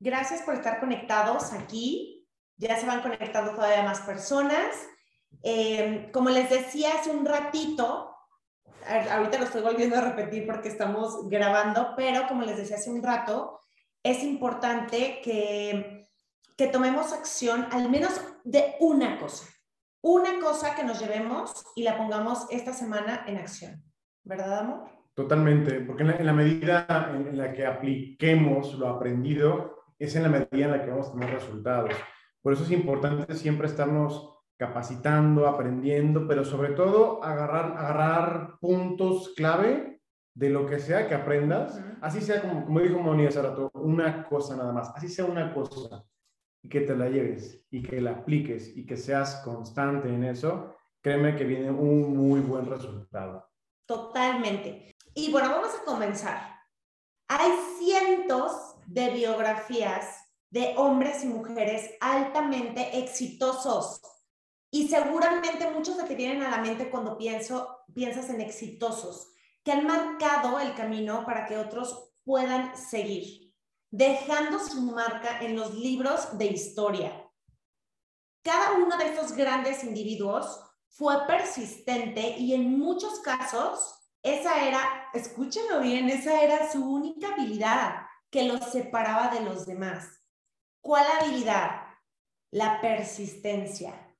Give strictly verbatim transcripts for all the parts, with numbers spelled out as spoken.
Gracias por estar conectados aquí. Ya se van conectando todavía más personas. Eh, como les decía hace un ratito, ahorita lo estoy volviendo a repetir porque estamos grabando, pero como les decía hace un rato, es importante que, que tomemos acción al menos de una cosa. Una cosa que nos llevemos y la pongamos esta semana en acción. ¿Verdad, amor? Totalmente, porque en la, en la medida en, en la que apliquemos lo aprendido, es en la medida en la que vamos a tener resultados. Por eso es importante siempre estarnos capacitando, aprendiendo, pero sobre todo agarrar, agarrar puntos clave de lo que sea que aprendas, uh-huh. Así sea como, como dijo Moni hace rato, una cosa nada más, así sea una cosa, y que te la lleves, y que la apliques, y que seas constante en eso, créeme que viene un muy buen resultado. Totalmente. Y bueno, vamos a comenzar. Hay cientos de biografías de hombres y mujeres altamente exitosos. Y seguramente muchos se te vienen a la mente cuando pienso, piensas en exitosos, que han marcado el camino para que otros puedan seguir, dejando su marca en los libros de historia. Cada uno de estos grandes individuos fue persistente y en muchos casos esa era, escúchenlo bien, esa era su única habilidad que los separaba de los demás. ¿Cuál habilidad? La persistencia.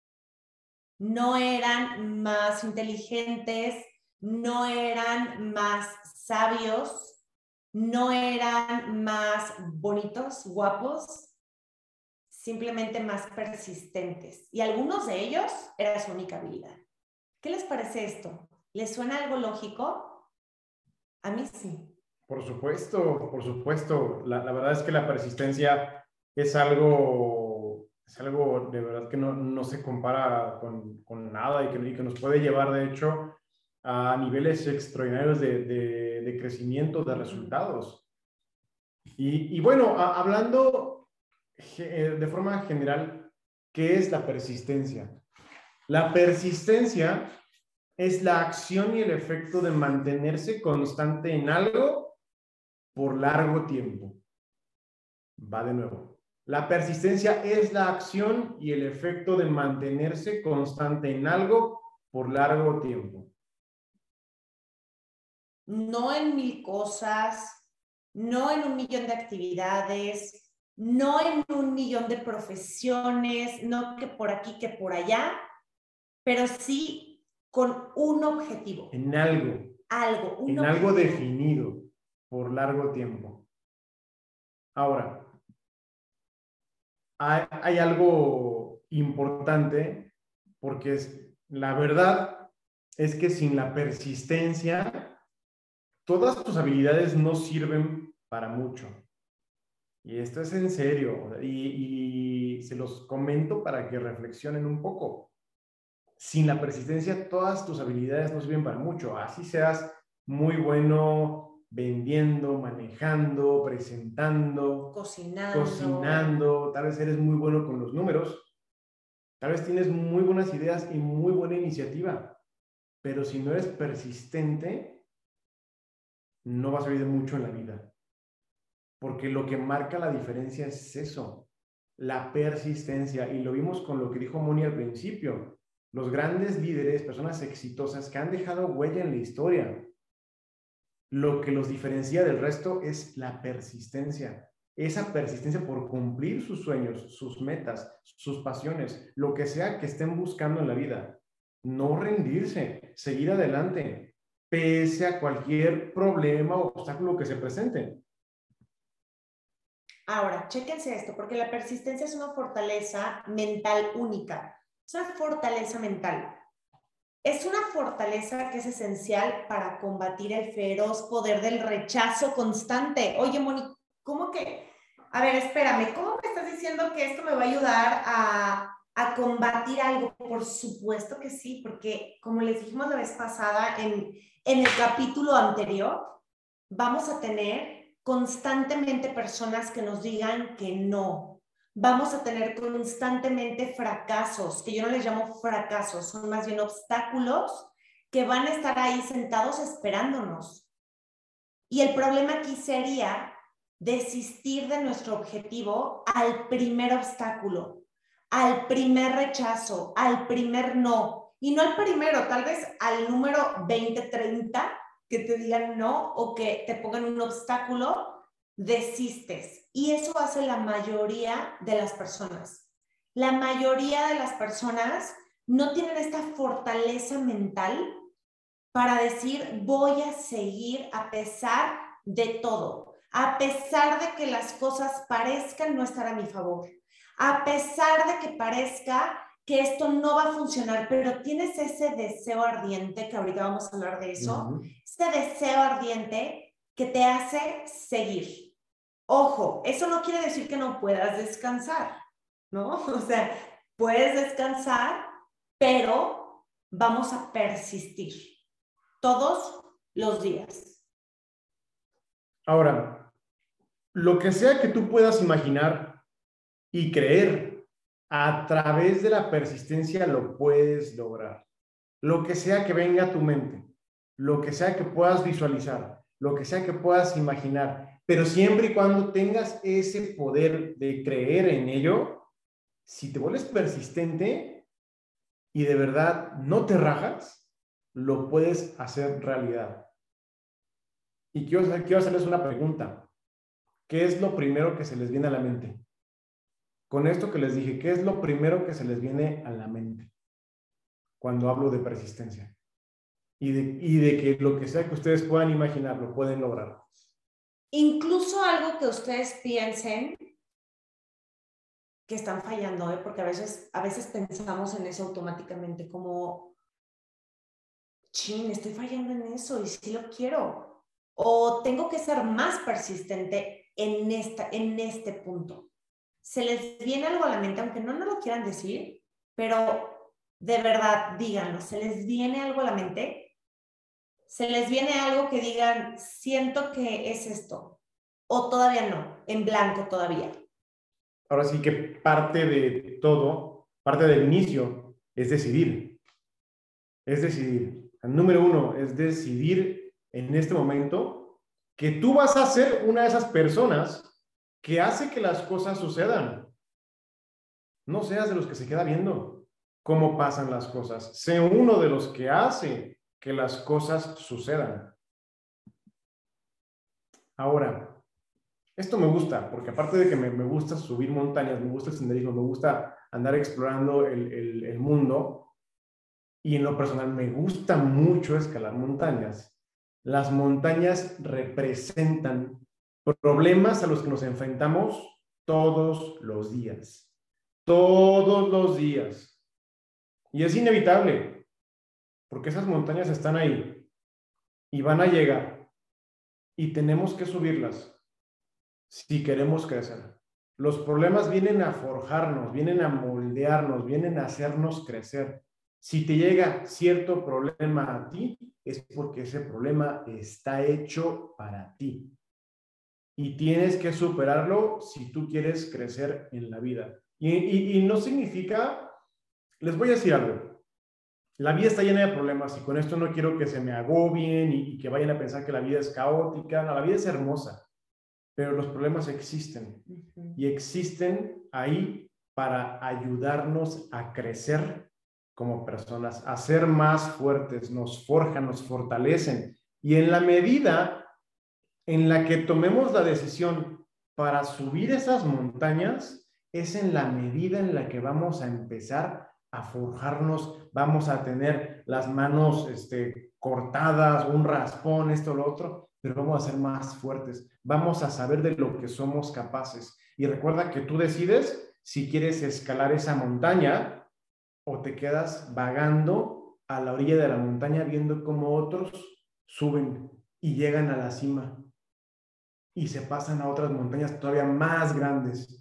No eran más inteligentes, no eran más sabios, no eran más bonitos, guapos, simplemente más persistentes. Y algunos de ellos era su única habilidad. ¿Qué les parece esto? ¿Les suena algo lógico? A mí sí. Por supuesto, por supuesto. La, la verdad es que la persistencia es algo, es algo de verdad que no, no se compara con, con nada y que, y que nos puede llevar, de hecho, a niveles extraordinarios de, de, de crecimiento, de resultados. Y, y bueno, a, hablando de forma general, ¿qué es la persistencia? La persistencia es la acción y el efecto de mantenerse constante en algo por largo tiempo. Va de nuevo. La persistencia es la acción y el efecto de mantenerse constante en algo por largo tiempo. No en mil cosas, no en un millón de actividades, no en un millón de profesiones, no que por aquí, que por allá, pero sí con un objetivo. En algo. Algo, un en objetivo. algo definido por largo tiempo. Ahora, hay, hay algo importante porque es, la verdad es que sin la persistencia, todas tus habilidades no sirven para mucho. Y esto es en serio. Y, y se los comento para que reflexionen un poco. Sin la persistencia, todas tus habilidades no sirven para mucho. Así seas muy bueno vendiendo, manejando, presentando, cocinando. cocinando. Tal vez eres muy bueno con los números. Tal vez tienes muy buenas ideas y muy buena iniciativa. Pero si no eres persistente, no vas a vivir mucho en la vida. Porque lo que marca la diferencia es eso, la persistencia. Y lo vimos con lo que dijo Moni al principio. Los grandes líderes, personas exitosas que han dejado huella en la historia. Lo que los diferencia del resto es la persistencia. Esa persistencia por cumplir sus sueños, sus metas, sus pasiones, lo que sea que estén buscando en la vida. No rendirse, seguir adelante, pese a cualquier problema o obstáculo que se presente. Ahora, chéquense esto, porque la persistencia es una fortaleza mental única. Es una fortaleza mental. Es una fortaleza que es esencial para combatir el feroz poder del rechazo constante. Oye, Moni, ¿cómo que? A ver, espérame, ¿cómo me estás diciendo que esto me va a ayudar a, a combatir algo? Por supuesto que sí, porque como les dijimos la vez pasada en, en el capítulo anterior, vamos a tener constantemente personas que nos digan que no. Vamos a tener constantemente fracasos, que yo no les llamo fracasos, son más bien obstáculos que van a estar ahí sentados esperándonos. Y el problema aquí sería desistir de nuestro objetivo al primer obstáculo, al primer rechazo, al primer no. Y no al primero, tal vez al número veinte, treinta, que te digan no o que te pongan un obstáculo, desistes. Y eso hace la mayoría de las personas. La mayoría de las personas no tienen esta fortaleza mental para decir voy a seguir a pesar de todo, a pesar de que las cosas parezcan no estar a mi favor, a pesar de que parezca que esto no va a funcionar, pero tienes ese deseo ardiente, que ahorita vamos a hablar de eso, uh-huh. ese deseo ardiente que te hace seguir. Ojo, eso no quiere decir que no puedas descansar, ¿no? O sea, puedes descansar, pero vamos a persistir todos los días. Ahora, lo que sea que tú puedas imaginar y creer, a través de la persistencia lo puedes lograr. Lo que sea que venga a tu mente, lo que sea que puedas visualizar, lo que sea que puedas imaginar, pero siempre y cuando tengas ese poder de creer en ello, si te vuelves persistente y de verdad no te rajas, lo puedes hacer realidad. Y quiero, quiero hacerles una pregunta. ¿Qué es lo primero que se les viene a la mente? Con esto que les dije, ¿qué es lo primero que se les viene a la mente cuando hablo de persistencia? Y de, y de que lo que sea que ustedes puedan imaginar, lo pueden lograr. Incluso algo que ustedes piensen que están fallando, ¿eh? Porque a veces, a veces pensamos en eso automáticamente, como, chin, estoy fallando en eso y sí lo quiero. O tengo que ser más persistente en, esta, en este punto. Se les viene algo a la mente, aunque no nos lo quieran decir, pero de verdad, díganlo, se les viene algo a la mente, se les viene algo que digan, siento que es esto, o todavía no, en blanco todavía. Ahora sí que parte de todo, parte del inicio, es decidir. Es decidir. El número uno es decidir en este momento que tú vas a ser una de esas personas que hace que las cosas sucedan. No seas de los que se queda viendo cómo pasan las cosas. Sé uno de los que hace que las cosas sucedan. Ahora, esto me gusta, porque aparte de que me, me gusta subir montañas, me gusta el senderismo, me gusta andar explorando el, el, el mundo, y en lo personal me gusta mucho escalar montañas. Las montañas representan problemas a los que nos enfrentamos todos los días. Todos los días. Y es inevitable, porque esas montañas están ahí y van a llegar y tenemos que subirlas si queremos crecer. Los problemas vienen a forjarnos, vienen a moldearnos, vienen a hacernos crecer. Si te llega cierto problema a ti, es porque ese problema está hecho para ti. Y tienes que superarlo si tú quieres crecer en la vida. Y, y, y no significa, les voy a decir algo, la vida está llena de problemas y con esto no quiero que se me agobien y, y que vayan a pensar que la vida es caótica. No, la vida es hermosa, pero los problemas existen y existen ahí para ayudarnos a crecer como personas, a ser más fuertes, nos forjan, nos fortalecen. Y en la medida en la que tomemos la decisión para subir esas montañas, es en la medida en la que vamos a empezar a forjarnos, vamos a tener las manos este, cortadas, un raspón, esto, lo otro, pero vamos a ser más fuertes, vamos a saber de lo que somos capaces. Y recuerda que tú decides si quieres escalar esa montaña o te quedas vagando a la orilla de la montaña viendo cómo otros suben y llegan a la cima y se pasan a otras montañas todavía más grandes.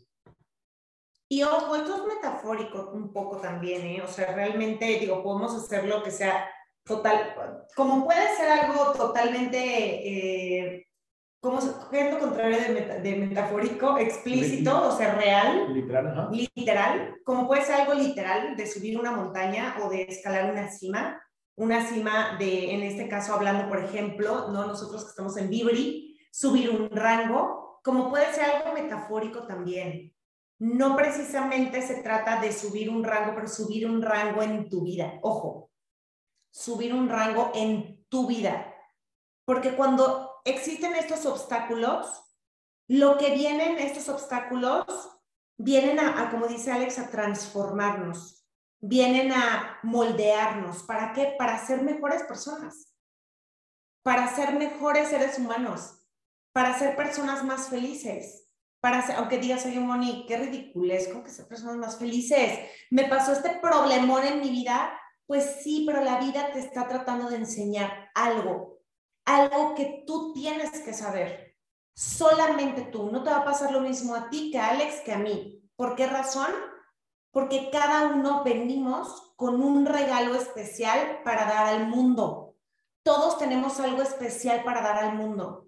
Y ojo, esto es metafórico un poco también, ¿eh? O sea, realmente, digo, podemos hacer lo que sea total, como puede ser algo totalmente, eh, ¿cómo es lo contrario de, meta, de metafórico? Explícito, o sea, real. Literal, ajá. Literal, como puede ser algo literal de subir una montaña o de escalar una cima, una cima de, en este caso hablando, por ejemplo, ¿no? Nosotros que estamos en Vibri, subir un rango, como puede ser algo metafórico también. No precisamente se trata de subir un rango, pero subir un rango en tu vida. Ojo, subir un rango en tu vida. Porque cuando existen estos obstáculos, lo que vienen, estos obstáculos, vienen a, a, como dice Alex, a transformarnos. Vienen a moldearnos. ¿Para qué? Para ser mejores personas. Para ser mejores seres humanos. Para ser personas más felices. Para ser, aunque digas, oye, Moni, qué ridiculesco que ser personas más felices. Me pasó este problemón en mi vida. Pues sí, pero la vida te está tratando de enseñar algo. Algo que tú tienes que saber. Solamente tú. No te va a pasar lo mismo a ti que a Alex que a mí. ¿Por qué razón? Porque cada uno venimos con un regalo especial para dar al mundo. Todos tenemos algo especial para dar al mundo.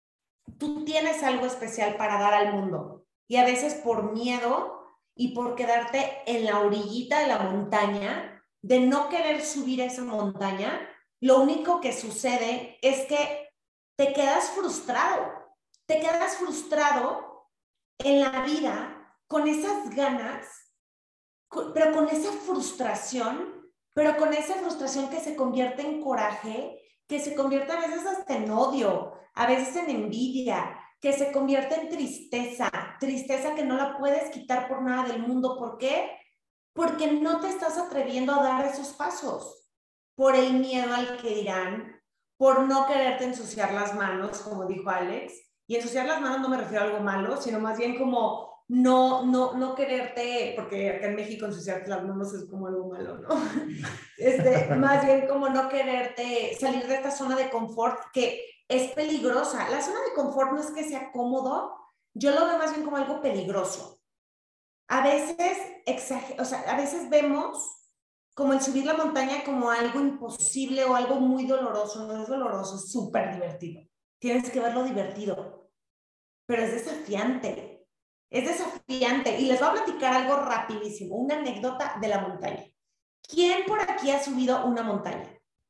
Tú tienes algo especial para dar al mundo. Y a veces por miedo y por quedarte en la orillita de la montaña, de no querer subir esa montaña, lo único que sucede es que te quedas frustrado. Te quedas frustrado en la vida con esas ganas, pero con esa frustración, pero con esa frustración que se convierte en coraje, que se convierte a veces hasta en odio, a veces en envidia, que se convierte en tristeza, tristeza que no la puedes quitar por nada del mundo. ¿Por qué? Porque no te estás atreviendo a dar esos pasos, por el miedo al que dirán, por no quererte ensuciar las manos, como dijo Alex. Y ensuciar las manos no me refiero a algo malo, sino más bien como no, no, no quererte, porque acá en México ensuciarte las manos es como algo malo, ¿no? Este, más bien como no quererte salir de esta zona de confort que es peligrosa. La zona de confort no es que sea cómodo, yo lo veo más bien como algo peligroso. A veces, exager- o sea, a veces vemos como el subir la montaña como algo imposible o algo muy doloroso. No es doloroso, es súper divertido. Tienes que verlo divertido, pero es desafiante. Es desafiante. Y les voy a platicar algo rapidísimo, una anécdota de la montaña. ¿Quién por aquí ha subido una montaña?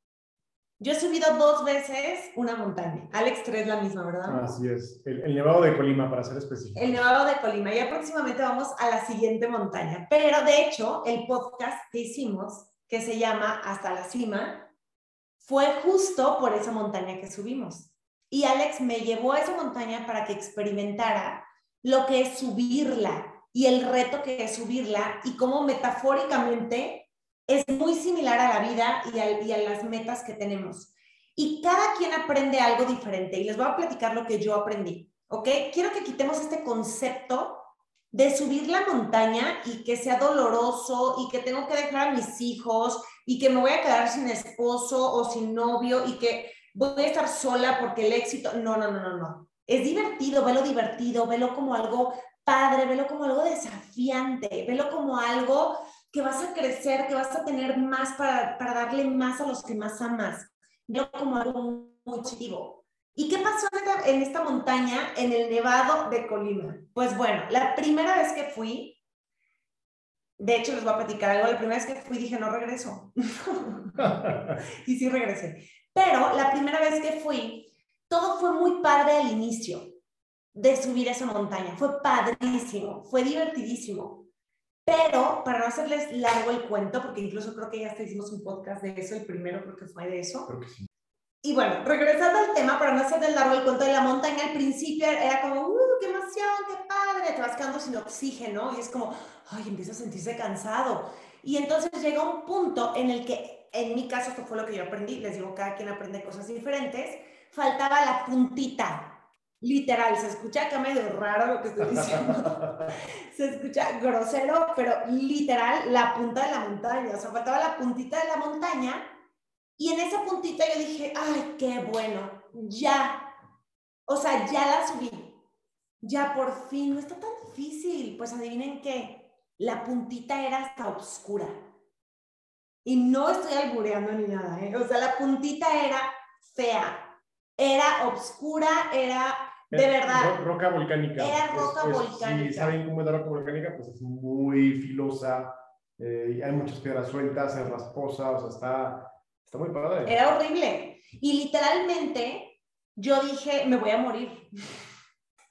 Yo he subido dos veces una montaña. Alex, tres la misma, ¿verdad? Así es. El, el Nevado de Colima, para ser específico. El Nevado de Colima. Ya próximamente vamos a la siguiente montaña. Pero, de hecho, el podcast que hicimos, que se llama Hasta la Cima, fue justo por esa montaña que subimos. Y Alex me llevó a esa montaña para que experimentara lo que es subirla y el reto que es subirla y cómo metafóricamente es muy similar a la vida y a, y a las metas que tenemos. Y cada quien aprende algo diferente. Y les voy a platicar lo que yo aprendí, ¿ok? Quiero que quitemos este concepto de subir la montaña y que sea doloroso y que tengo que dejar a mis hijos y que me voy a quedar sin esposo o sin novio y que voy a estar sola porque el éxito... No, no, no, no, no. Es divertido, velo divertido, velo como algo padre, velo como algo desafiante, velo como algo que vas a crecer, que vas a tener más para, para darle más a los que más amas. Velo como algo muy positivo. ¿Y qué pasó en esta, en esta montaña, en el Nevado de Colima? Pues bueno, la primera vez que fui, de hecho les voy a platicar algo, la primera vez que fui dije no regreso. Y sí regresé. Pero la primera vez que fui, todo fue muy padre al inicio de subir esa montaña. Fue padrísimo, fue divertidísimo. Pero, para no hacerles largo el cuento, porque incluso creo que ya hasta hicimos un podcast de eso, el primero creo que fue de eso. Creo que sí. Y bueno, regresando al tema, para no hacerles largo el cuento de la montaña, al principio era como, ¡uh, qué emoción, qué padre! Te vas quedando sin oxígeno y es como, ¡ay, empieza a sentirse cansado! Y entonces llega un punto en el que, en mi caso, esto fue lo que yo aprendí, les digo, cada quien aprende cosas diferentes, faltaba la puntita. Literal, se escucha acá medio raro lo que estoy diciendo. Se escucha grosero, pero literal, la punta de la montaña. O sea, faltaba la puntita de la montaña. Y en esa puntita yo dije, ay, qué bueno, ya. O sea, ya la subí. Ya por fin, no está tan difícil. Pues adivinen qué, la puntita era hasta oscura. Y no estoy albureando ni nada, ¿eh? O sea, la puntita era fea. Era oscura, era... De verdad. Ro roca volcánica. Era roca es, es, volcánica. Si saben cómo es la roca volcánica, pues es muy filosa. Eh, hay muchas piedras sueltas, es rasposa, o sea, está, está muy padre. Era horrible. Y literalmente yo dije, me voy a morir.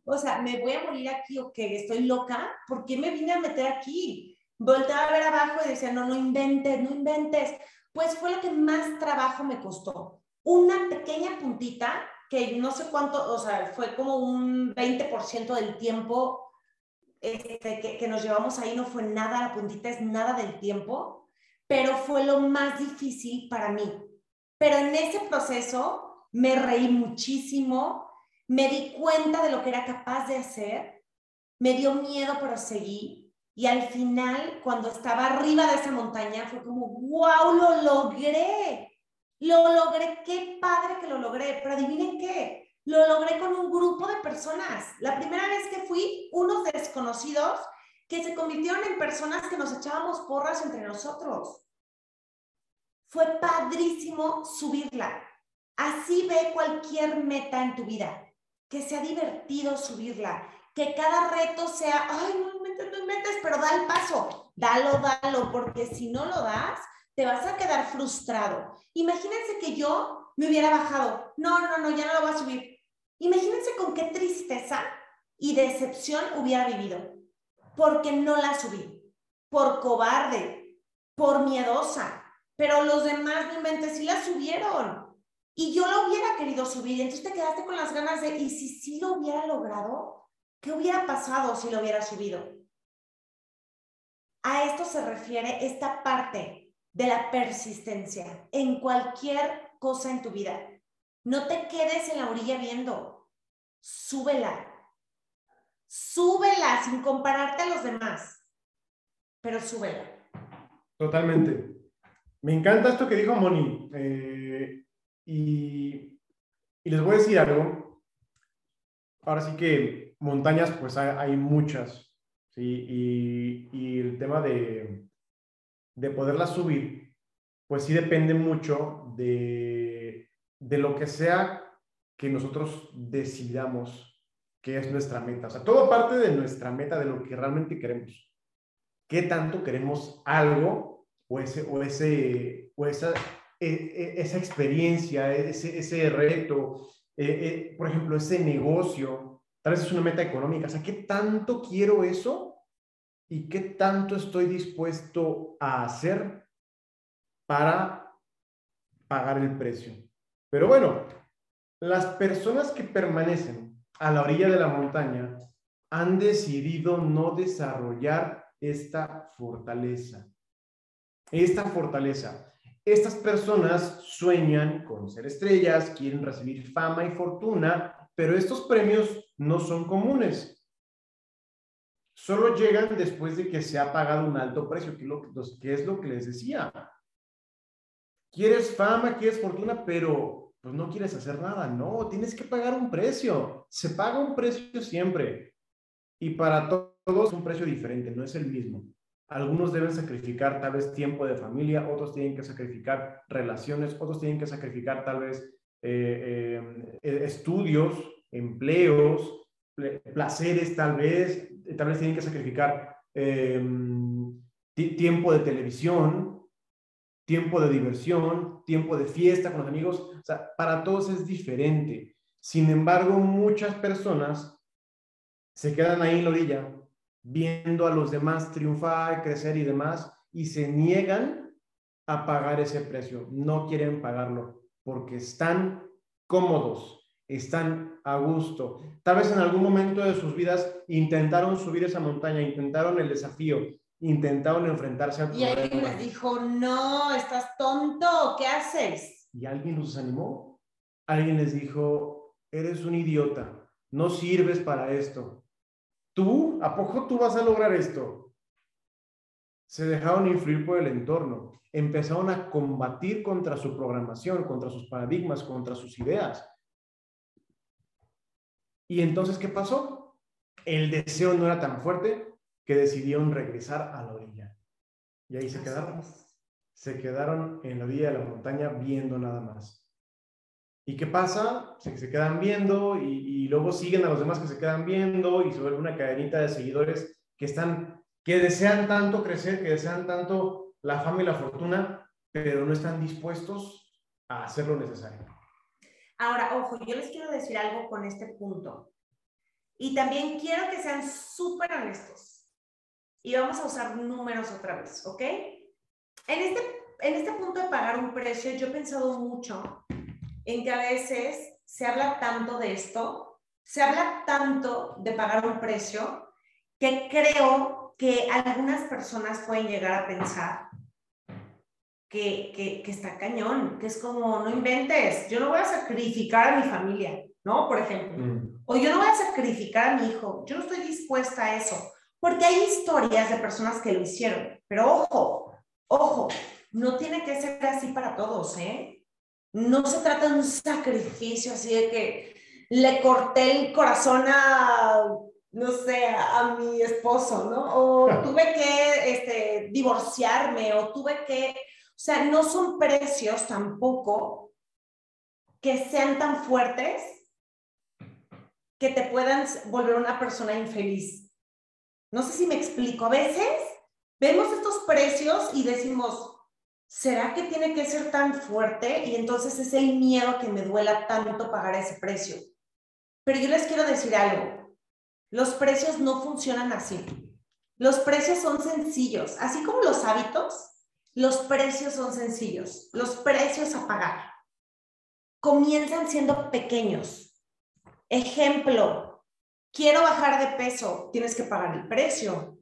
o sea, ¿me voy a morir aquí o qué? ¿Estoy loca? ¿Por qué me vine a meter aquí? Volteaba a ver abajo y decía, no, no inventes, no inventes. Pues fue lo que más trabajo me costó. Una pequeña puntita, que no sé cuánto, o sea, fue como un veinte por ciento del tiempo este, que, que nos llevamos ahí, no fue nada, la puntita es nada del tiempo, pero fue lo más difícil para mí. Pero en ese proceso me reí muchísimo, me di cuenta de lo que era capaz de hacer, me dio miedo, pero seguí. Y al final, cuando estaba arriba de esa montaña, fue como, wow, lo logré. Lo logré, qué padre que lo logré. Pero adivinen qué, lo logré con un grupo de personas. La primera vez que fui, unos desconocidos que se convirtieron en personas que nos echábamos porras entre nosotros. Fue padrísimo subirla. Así ve cualquier meta en tu vida, que sea divertido subirla, que cada reto sea, ay, no inventes, no inventes, pero da el paso, dalo, dalo, porque si no lo das, te vas a quedar frustrado. Imagínense que yo me hubiera bajado, no, no, no, ya no lo voy a subir. Imagínense con qué tristeza y decepción hubiera vivido, porque no la subí, por cobarde, por miedosa. Pero los demás, no inventes, sí la subieron. Y yo lo hubiera querido subir. Y entonces te quedaste con las ganas de, ¿y si sí lo hubiera logrado? ¿Qué hubiera pasado si lo hubiera subido? A esto se refiere esta parte de la persistencia en cualquier cosa en tu vida. No te quedes en la orilla viendo. Súbela. Súbela sin compararte a los demás. Pero súbela. Totalmente. Me encanta esto que dijo Moni. Eh, y, y les voy a decir algo. Ahora sí que montañas, pues hay, hay muchas. ¿Sí? Y, y el tema de, de poderlas subir, pues sí depende mucho de, de lo que sea que nosotros decidamos que es nuestra meta. O sea, todo parte de nuestra meta, de lo que realmente queremos. ¿Qué tanto queremos algo o ese, o ese, o esa, eh, esa experiencia, ese, ese reto, eh, eh, por ejemplo, ese negocio? Tal vez es una meta económica. O sea, ¿qué tanto quiero eso y qué tanto estoy dispuesto a hacer para pagar el precio? Pero bueno, las personas que permanecen a la orilla de la montaña han decidido no desarrollar esta fortaleza. Esta fortaleza. Estas personas sueñan con ser estrellas, quieren recibir fama y fortuna, pero estos premios no son comunes. Solo llegan después de que se ha pagado un alto precio, que, lo, que es lo que les decía. Quieres fama, quieres fortuna, pero pues no quieres hacer nada. No, tienes que pagar un precio. Se paga un precio siempre. Y para todos es un precio diferente, no es el mismo. Algunos deben sacrificar tal vez tiempo de familia, otros tienen que sacrificar relaciones, otros tienen que sacrificar tal vez eh, eh, estudios, empleos, placeres tal vez, tal vez tienen que sacrificar eh, tiempo de televisión, tiempo de diversión, tiempo de fiesta con los amigos. O sea, para todos es diferente. Sin embargo, muchas personas se quedan ahí en la orilla viendo a los demás triunfar, crecer y demás, y se niegan a pagar ese precio. No quieren pagarlo porque están cómodos, están a gusto. Tal vez en algún momento de sus vidas intentaron subir esa montaña, intentaron el desafío, intentaron enfrentarse al problema. Y alguien les dijo, no, estás tonto, ¿qué haces? Y alguien los animó. Alguien les dijo, eres un idiota, no sirves para esto. ¿Tú? ¿A poco tú vas a lograr esto? Se dejaron influir por el entorno. Empezaron a combatir contra su programación, contra sus paradigmas, contra sus ideas. ¿Y entonces qué pasó? El deseo no era tan fuerte que decidieron regresar a la orilla. Y ahí se quedaron. Se quedaron en la orilla de la montaña viendo nada más. ¿Y qué pasa? Se, se quedan viendo y, y luego siguen a los demás que se quedan viendo y se vuelve una cadenita de seguidores que están, que desean tanto crecer, que desean tanto la fama y la fortuna, pero no están dispuestos a hacer lo necesario. Ahora, ojo, yo les quiero decir algo con este punto. Y también quiero que sean súper honestos. Y vamos a usar números otra vez, ¿ok? En este, en este punto de pagar un precio, yo he pensado mucho en que a veces se habla tanto de esto, se habla tanto de pagar un precio, que creo que algunas personas pueden llegar a pensar que, que, que está cañón, que es como, no inventes, yo no voy a sacrificar a mi familia, ¿no? Por ejemplo. Mm. O yo no voy a sacrificar a mi hijo, yo no estoy dispuesta a eso, porque hay historias de personas que lo hicieron, pero ojo, ojo, no tiene que ser así para todos, ¿eh? No se trata de un sacrificio así de que le corté el corazón a, no sé, a, a mi esposo, ¿no? O tuve que este, divorciarme, o tuve que... O sea, no son precios tampoco que sean tan fuertes que te puedan volver una persona infeliz. No sé si me explico. A veces vemos estos precios y decimos, ¿será que tiene que ser tan fuerte? Y entonces es el miedo que me duela tanto pagar ese precio. Pero yo les quiero decir algo. Los precios no funcionan así. Los precios son sencillos. Así como los hábitos, los precios son sencillos. Los precios a pagar comienzan siendo pequeños. Ejemplo, quiero bajar de peso, tienes que pagar el precio.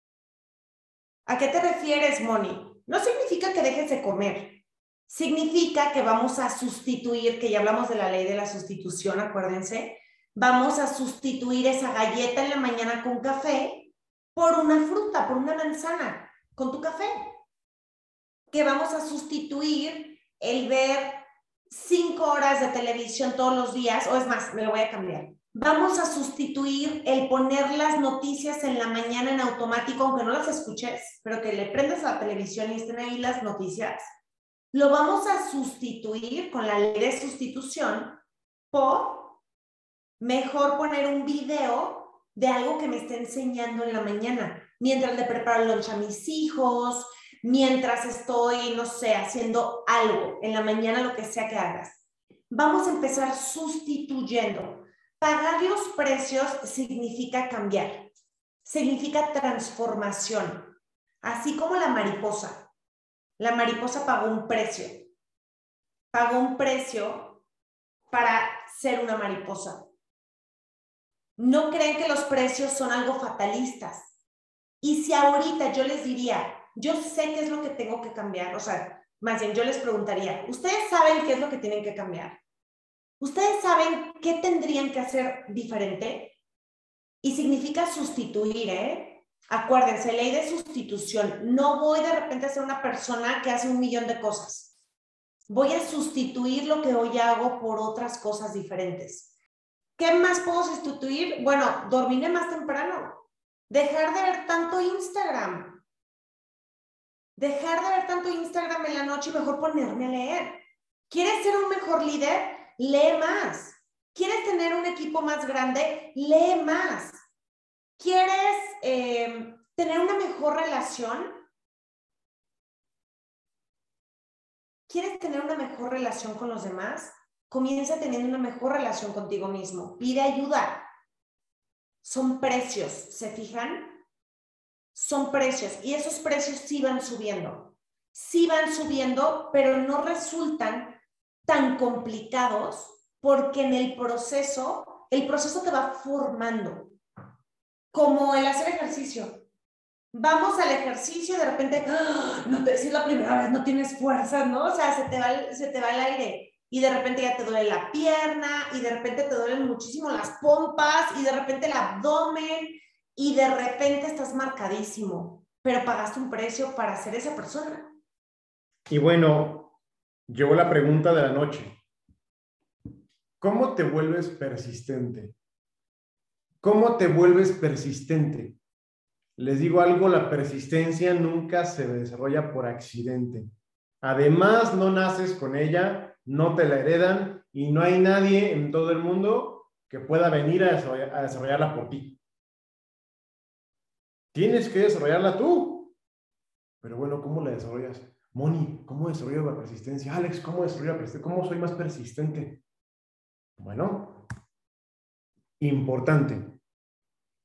¿A qué te refieres, Moni? No significa que dejes de comer. Significa que vamos a sustituir, que ya hablamos de la ley de la sustitución, acuérdense, vamos a sustituir esa galleta en la mañana con café por una fruta, por una manzana, con tu café. Que vamos a sustituir el ver cinco horas de televisión todos los días, o es más, me lo voy a cambiar. Vamos a sustituir el poner las noticias en la mañana en automático, aunque no las escuches, pero que le prendas a la televisión y estén ahí las noticias. Lo vamos a sustituir con la ley de sustitución por mejor poner un video de algo que me esté enseñando en la mañana, mientras le preparo el lunch a mis hijos, mientras estoy, no sé, haciendo algo en la mañana, lo que sea que hagas. Vamos a empezar sustituyendo. Pagar los precios significa cambiar, significa transformación. Así como la mariposa. La mariposa pagó un precio. Pagó un precio para ser una mariposa. No creen que los precios son algo fatalistas. Y si ahorita yo les diría, yo sé qué es lo que tengo que cambiar, o sea, más bien yo les preguntaría, ¿ustedes saben qué es lo que tienen que cambiar? ¿Ustedes saben qué tendrían que hacer diferente? Y significa sustituir, ¿eh? Acuérdense, ley de sustitución. No voy de repente a ser una persona que hace un millón de cosas. Voy a sustituir lo que hoy hago por otras cosas diferentes. ¿Qué más puedo sustituir? Bueno, dormirme más temprano. Dejar de ver tanto Instagram. Dejar de ver tanto Instagram en la noche y mejor ponerme a leer. ¿Quieres ser un mejor líder? Lee más. ¿Quieres tener un equipo más grande? Lee más. ¿Quieres eh, tener una mejor relación? ¿Quieres tener una mejor relación con los demás? Comienza teniendo una mejor relación contigo mismo. Pide ayuda. Son precios, ¿se fijan? Son precios y esos precios sí van subiendo. Sí van subiendo, pero no resultan tan complicados porque en el proceso, el proceso te va formando. Como el hacer ejercicio. Vamos al ejercicio, de repente, ¡oh! No te, si es la primera vez, no tienes fuerza, ¿no? O sea, se te, va, se te va el aire y de repente ya te duele la pierna y de repente te duelen muchísimo las pompas y de repente el abdomen y de repente estás marcadísimo, pero pagaste un precio para ser esa persona. Y bueno, llegó la pregunta de la noche. ¿Cómo te vuelves persistente? ¿Cómo te vuelves persistente? Les digo algo, la persistencia nunca se desarrolla por accidente. Además, no naces con ella, no te la heredan y no hay nadie en todo el mundo que pueda venir a, desarrollar, a desarrollarla por ti. Tienes que desarrollarla tú. Pero bueno, ¿cómo la desarrollas? Moni, ¿cómo desarrollo la persistencia? Alex, ¿cómo desarrollo la persistencia? ¿Cómo soy más persistente? Bueno, importante.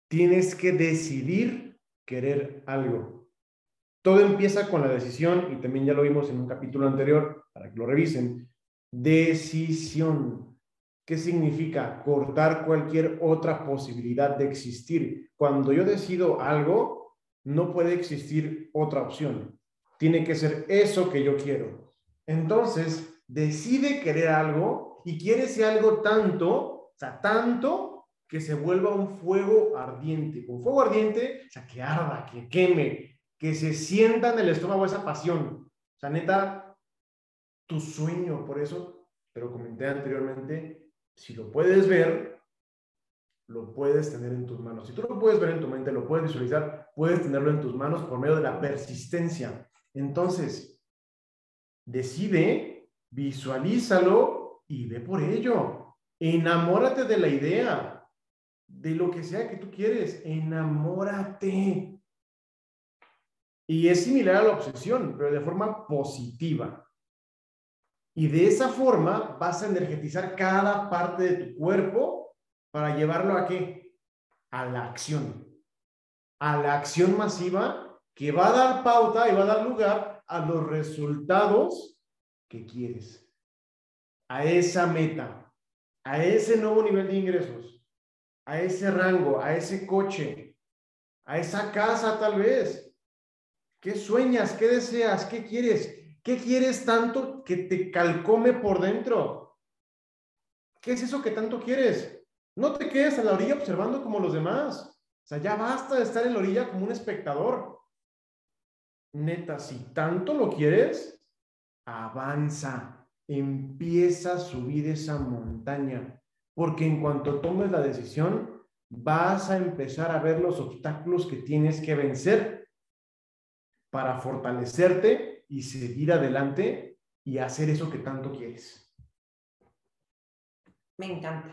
tienes que decidir querer algo. Todo empieza con la decisión, y también ya lo vimos en un capítulo anterior, para que lo revisen. Decisión. ¿Qué significa? Cortar cualquier otra posibilidad de existir. Cuando yo decido algo, no puede existir otra opción. Tiene que ser eso que yo quiero. Entonces, decide querer algo y quiere ese algo tanto, o sea, tanto que se vuelva un fuego ardiente. Con fuego ardiente, o sea, que arda, que queme, que se sienta en el estómago esa pasión. O sea, neta, tu sueño, por eso, te lo comenté anteriormente, si lo puedes ver, lo puedes tener en tus manos. Si tú lo puedes ver en tu mente, lo puedes visualizar, puedes tenerlo en tus manos por medio de la persistencia. Entonces, decide, visualízalo y ve por ello. Enamórate de la idea, de lo que sea que tú quieres. Enamórate. Y es similar a la obsesión, pero de forma positiva. Y de esa forma vas a energetizar cada parte de tu cuerpo para llevarlo a ¿qué? A la acción. A la acción masiva que va a dar pauta y va a dar lugar a los resultados que quieres. A esa meta, a ese nuevo nivel de ingresos, a ese rango, a ese coche, a esa casa tal vez. ¿Qué sueñas? ¿Qué deseas? ¿Qué quieres? ¿Qué quieres tanto que te calcome por dentro? ¿Qué es eso que tanto quieres? No te quedes a la orilla observando como los demás. O sea, ya basta de estar en la orilla como un espectador. Neta, si tanto lo quieres, avanza. Empieza a subir esa montaña. Porque en cuanto tomes la decisión, vas a empezar a ver los obstáculos que tienes que vencer para fortalecerte y seguir adelante y hacer eso que tanto quieres. Me encanta.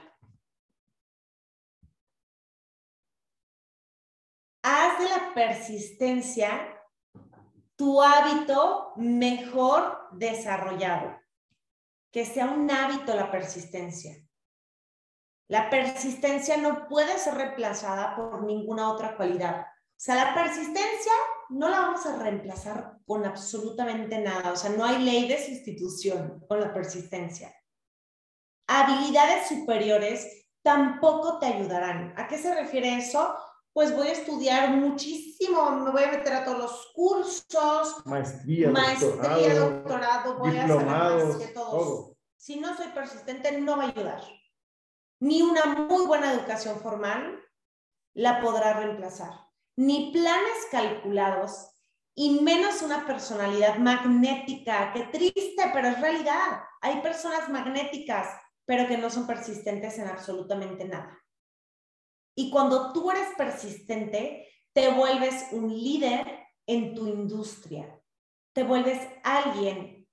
Haz de la persistencia tu hábito mejor desarrollado. Que sea un hábito la persistencia. La persistencia no puede ser reemplazada por ninguna otra cualidad. O sea, la persistencia no la vamos a reemplazar con absolutamente nada. O sea, no hay ley de sustitución con la persistencia. Habilidades superiores tampoco te ayudarán. ¿A qué se refiere eso? Pues voy a estudiar muchísimo, me voy a meter a todos los cursos, maestría, maestría, doctorado, doctorado, voy a saber más que todos. Todo. Si no soy persistente, no va a ayudar. Ni una muy buena educación formal la podrá reemplazar. Ni planes calculados, y menos una personalidad magnética. Qué triste, pero es realidad. Hay personas magnéticas, pero que no son persistentes en absolutamente nada. Y cuando tú eres persistente, te vuelves un líder en tu industria. Te vuelves alguien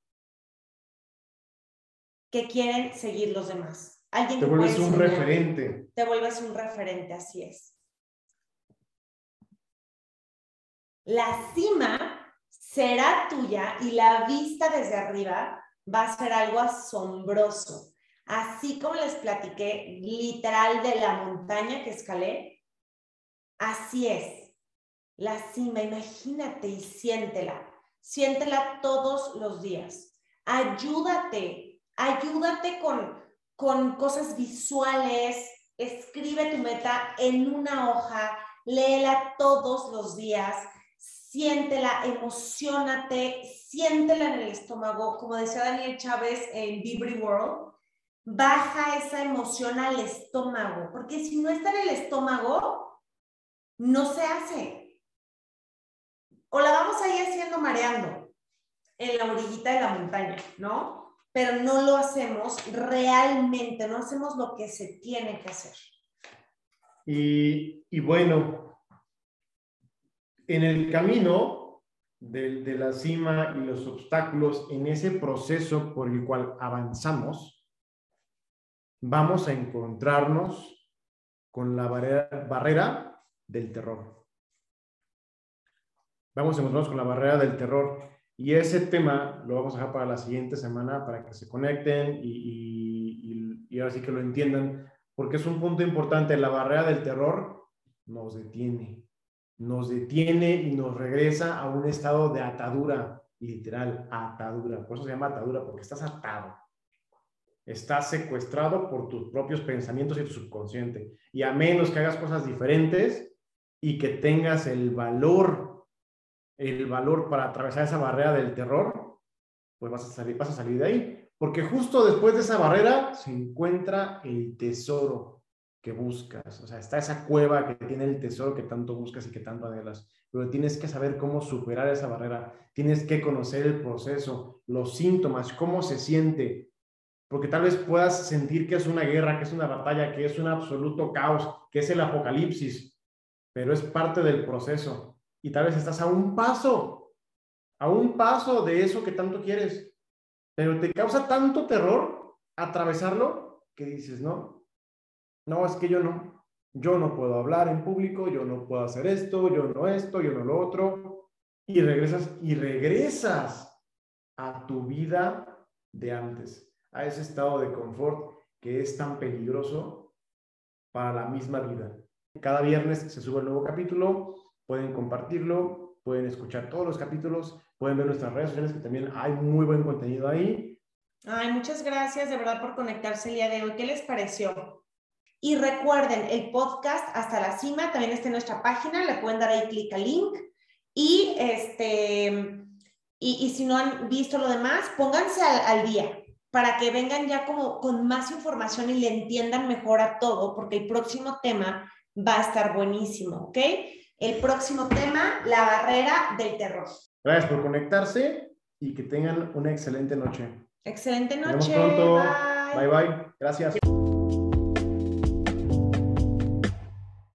que quieren seguir los demás. Alguien te que vuelves puede un enseñar. referente. Te vuelves un referente, así es. La cima será tuya y la vista desde arriba va a ser algo asombroso. Así como les platiqué, literal, de la montaña que escalé, así es. La cima, imagínate y siéntela. Siéntela todos los días. Ayúdate, ayúdate con, con cosas visuales. Escribe tu meta en una hoja, léela todos los días. Siéntela, emocionate, siéntela en el estómago. Como decía Daniel Chávez en Vibri World, baja esa emoción al estómago, porque si no está en el estómago, no se hace. O la vamos a ir haciendo mareando en la orillita de la montaña, ¿no? Pero no lo hacemos realmente, no hacemos lo que se tiene que hacer. Y, y bueno, en el camino de, de la cima y los obstáculos, en ese proceso por el cual avanzamos, vamos a encontrarnos con la barrera, barrera del terror. Vamos a encontrarnos con la barrera del terror. Y ese tema lo vamos a dejar para la siguiente semana para que se conecten y, y, y, y ahora sí que lo entiendan, porque es un punto importante. La barrera del terror nos detiene. Nos detiene y nos regresa a un estado de atadura, literal, atadura. Por eso se llama atadura, porque estás atado. Estás secuestrado por tus propios pensamientos y tu subconsciente. Y a menos que hagas cosas diferentes y que tengas el valor, el valor para atravesar esa barrera del terror, pues vas a salir, vas a salir de ahí. Porque justo después de esa barrera se encuentra el tesoro que buscas. O sea, está esa cueva que tiene el tesoro que tanto buscas y que tanto anhelas. Pero tienes que saber cómo superar esa barrera. Tienes que conocer el proceso, los síntomas, cómo se siente. Porque tal vez puedas sentir que es una guerra, que es una batalla, que es un absoluto caos, que es el apocalipsis, pero es parte del proceso. Y tal vez estás a un paso, a un paso de eso que tanto quieres, pero te causa tanto terror atravesarlo que dices, no, no, es que yo no, yo no puedo hablar en público, yo no puedo hacer esto, yo no esto, yo no lo otro, y regresas, y regresas a tu vida de antes, a ese estado de confort que es tan peligroso para la misma vida. Cada viernes se sube un nuevo capítulo, pueden compartirlo, pueden escuchar todos los capítulos, pueden ver nuestras redes sociales que también hay muy buen contenido ahí. Ay, muchas gracias de verdad por conectarse el día de hoy. ¿Qué les pareció? Y recuerden, el podcast Hasta la Cima también está en nuestra página, le pueden dar ahí clic al link y este... Y, y si no han visto lo demás, pónganse al, al día para que vengan ya como con más información y le entiendan mejor a todo, porque el próximo tema va a estar buenísimo, ¿ok? El próximo tema, la barrera del terror. Gracias por conectarse y que tengan una excelente noche. Excelente noche. Nos vemos pronto. Bye. Bye, bye. Gracias.